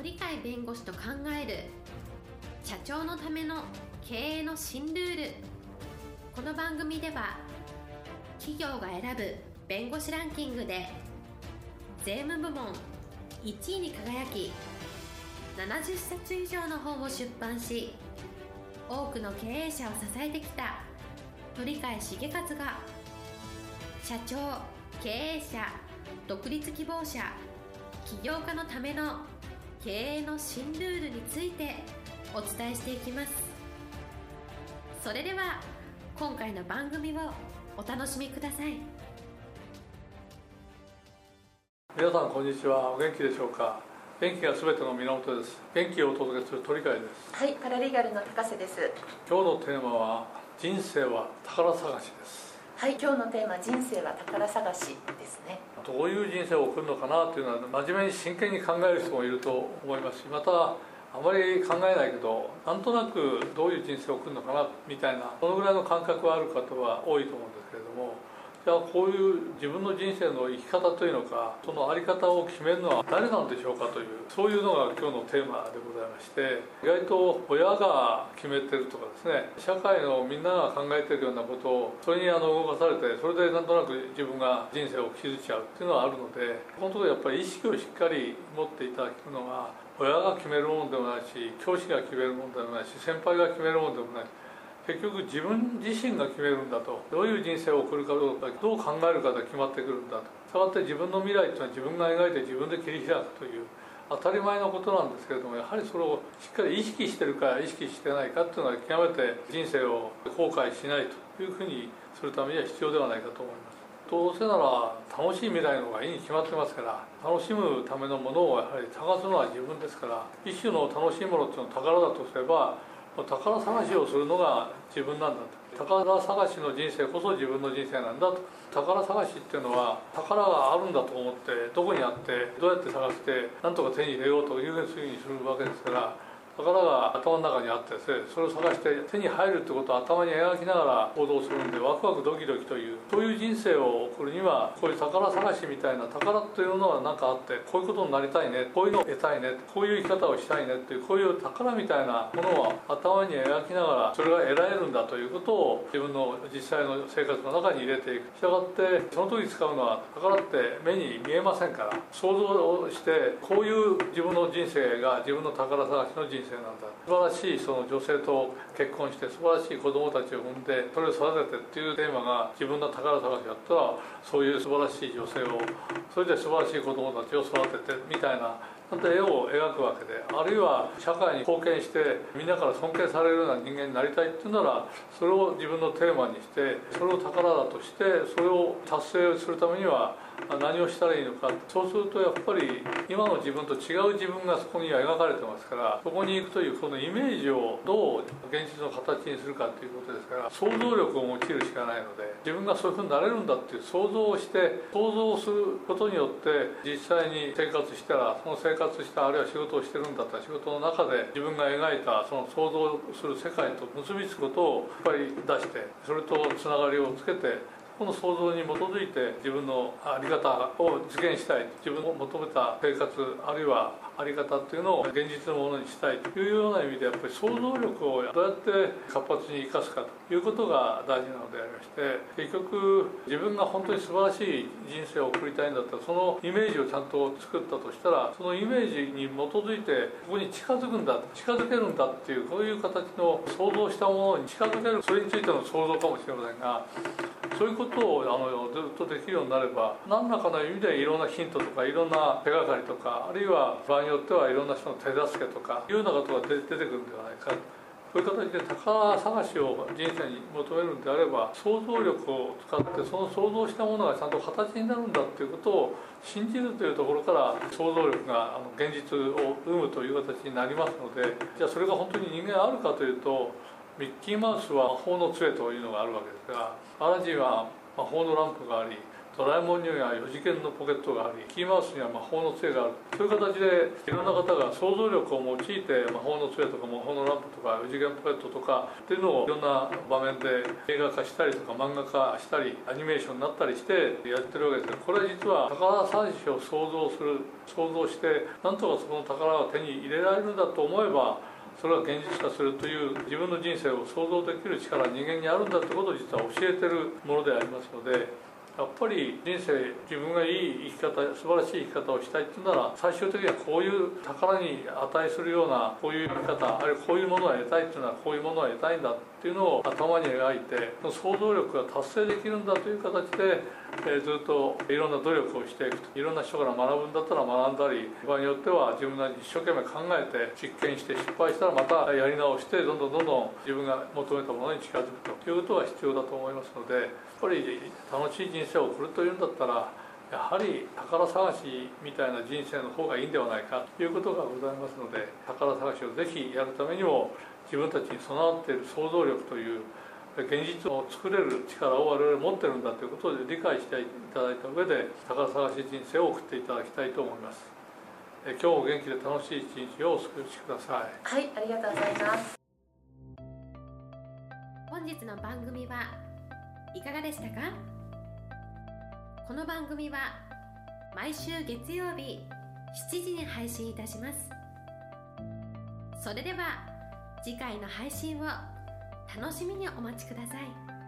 鳥飼弁護士と考える社長のための経営の新ルール。この番組では企業が選ぶ弁護士ランキングで税務部門1位に輝き、70冊以上の本を出版し、多くの経営者を支えてきた鳥飼茂勝が、社長、経営者、独立希望者、起業家のための経営の新ルールについてお伝えしていきます。それでは今回の番組をお楽しみください。 皆さんこんにちは。お元気でしょうか。元気がすべての源です。元気をお届けする鳥飼です。 はい、パラリーガルの高瀬です。 今日のテーマは人生は宝探しです。 はい、今日のテーマ、人生は宝探しですね。 どういう人生を送るのかなというのは真面目に真剣に考える人もいると思いますし、またあまり考えないけどなんとなくどういう人生を送るのかなみたいな、そのぐらいの感覚がある方は多いと思うんですけれども、じゃあこういう自分の人生の生き方というのか、その在り方を決めるのは誰なんでしょうかという、そういうのが今日のテーマでございまして、意外と親が決めてるとかですね、社会のみんなが考えてるようなことをそれに動かされて、それでなんとなく自分が人生を築いちゃうっていうのはあるので、このところやっぱり意識をしっかり持っていただくのが、親が決めるものでもないし、教師が決めるものでもないし、先輩が決めるものでもない。結局自分自身が決めるんだと。どういう人生を送るかどうか、どう考えるかで決まってくるんだと。したがって自分の未来というのは自分が描いて自分で切り開くという当たり前のことなんですけれども、やはりそれをしっかり意識してるか意識してないかっていうのは極めて人生を後悔しないというふうにするためには必要ではないかと思います。どうせなら楽しい未来の方がいいに決まってますから、楽しむためのものをやはり探すのは自分ですから、一種の楽しいものっていうのを宝だとすれば、宝探しをするのが自分なんだと。宝探しの人生こそ自分の人生なんだと。宝探しっていうのは宝があるんだと思って、どこにあってどうやって探して何とか手に入れようというふうにするわけですから、宝が頭の中にあってですね、それを探して手に入るってことを頭に描きながら行動するんで、ワクワクドキドキという、そういう人生を送るには、こういう宝探しみたいな宝というのは何かあって、こういうことになりたいね、こういうのを得たいね、こういう生き方をしたいねっていう、こういう宝みたいなものを頭に描きながら、それが得られるんだということを自分の実際の生活の中に入れていく。したがってその時使うのは、宝って目に見えませんから、想像をしてこういう自分の人生が自分の宝探しの人生なんだ、素晴らしいその女性と結婚して素晴らしい子供たちを産んでそれを育ててっていうテーマが自分の宝探しだったら、そういう素晴らしい女性を、それで素晴らしい子供たちを育ててみたいな絵を描くわけで、あるいは社会に貢献してみんなから尊敬されるような人間になりたいっていうなら、それを自分のテーマにして、それを宝だとして、それを達成するためには何をしたらいいのか。そうするとやっぱり今の自分と違う自分がそこには描かれてますから、そこに行くというこのイメージをどう現実の形にするかということですから、想像力を用いるしかないので、自分がそういうふうになれるんだっていう想像をして、想像をすることによって実際に生活したら、その生活した、あるいは仕事をしてるんだったら仕事の中で自分が描いたその想像する世界と結びつくことを引っ張り出して、それとつながりをつけて、この想像に基づいて自分の在り方を実現したい、自分の求めた生活あるいは在り方っていうのを現実のものにしたいというような意味で、やっぱり想像力をどうやって活発に生かすかということが大事なのでありまして、結局自分が本当に素晴らしい人生を送りたいんだったら、そのイメージをちゃんと作ったとしたら、そのイメージに基づいてここに近づくんだ、近づけるんだっていう、こういう形の想像したものに近づける、それについての想像かもしれませんが、そういうことをずっとできるようになれば、何らかの意味でいろんなヒントとかいろんな手がかりとか、あるいは場合によってはいろんな人の手助けとかいうようなことが出てくるんではないか。そういう形で宝探しを人生に求めるんであれば、想像力を使ってその想像したものがちゃんと形になるんだということを信じるというところから、想像力が現実を生むという形になりますので、じゃあそれが本当に人間あるかというと、ミッキーマウスは魔法の杖というのがあるわけですが、アラジンは魔法のランプがあり、 ドラえもんには4次元のポケットがあり、ミッキーマウスには魔法の杖がある、そういう形でいろんな方が想像力を用いて魔法の杖とか魔法のランプとか4次元ポケットとかっていうのをいろんな場面で映画化したりとか漫画化したりアニメーションになったりしてやってるわけですけど、これは実は宝探しを想像してなんとかそこの宝を手に入れられるんだと思えば、それは現実化するという自分の人生を想像できる力が人間にあるんだということを実は教えてるものでありますので、やっぱり人生自分がいい生き方、素晴らしい生き方をしたいっていうなら、最終的にはこういう宝に値するようなこういう生き方、あるいはこういうものを得たいっていうのはこういうものを得たいんだっていうのを頭に描いて、その想像力が達成できるんだという形で、ずっといろんな努力をしていくと、いろんな人から学ぶんだったら学んだり、場合によっては自分なりに一生懸命考えて実験して失敗したらまたやり直して、どんどん自分が求めたものに近づくということが必要だと思いますので、やっぱり楽しい人生を送るというんだったら、やはり宝探しみたいな人生の方がいいんではないかということがございますので、宝探しをぜひやるためにも自分たちに備わっている想像力という現実を作れる力を我々持ってるんだということで理解していただいた上で宝探し人生を送っていただきたいと思います。今日も元気で楽しい一日をお過ごしください。 はい、ありがとうございます。 本日の番組はいかがでしたか？この番組は毎週月曜日7時に配信いたします。それでは次回の配信を楽しみにお待ちください。